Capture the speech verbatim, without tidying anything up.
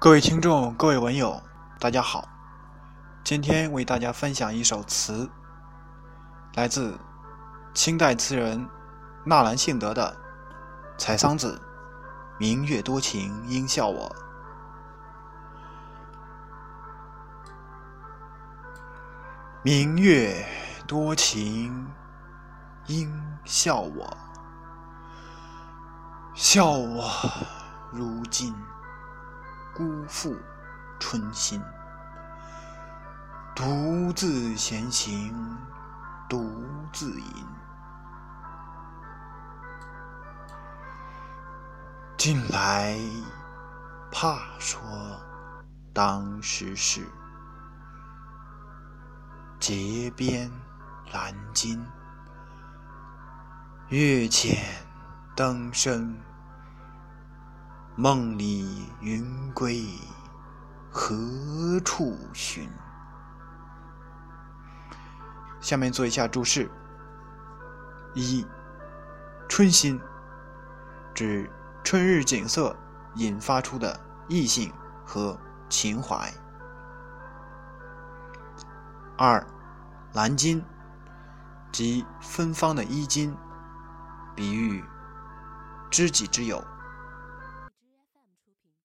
各位听众，各位文友，大家好。今天为大家分享一首词，来自清代词人纳兰性德的《采桑子·明月多情应笑我》。明月多情应笑我，笑我如今辜负春心，独自闲行独自吟。近来怕说当时事，结边兰津，月浅灯深，梦里云归何处寻？下面做一下注释。一、春心，指春日景色引发出的意性和情怀。二、兰津，即芬芳的衣襟，比喻知己之友。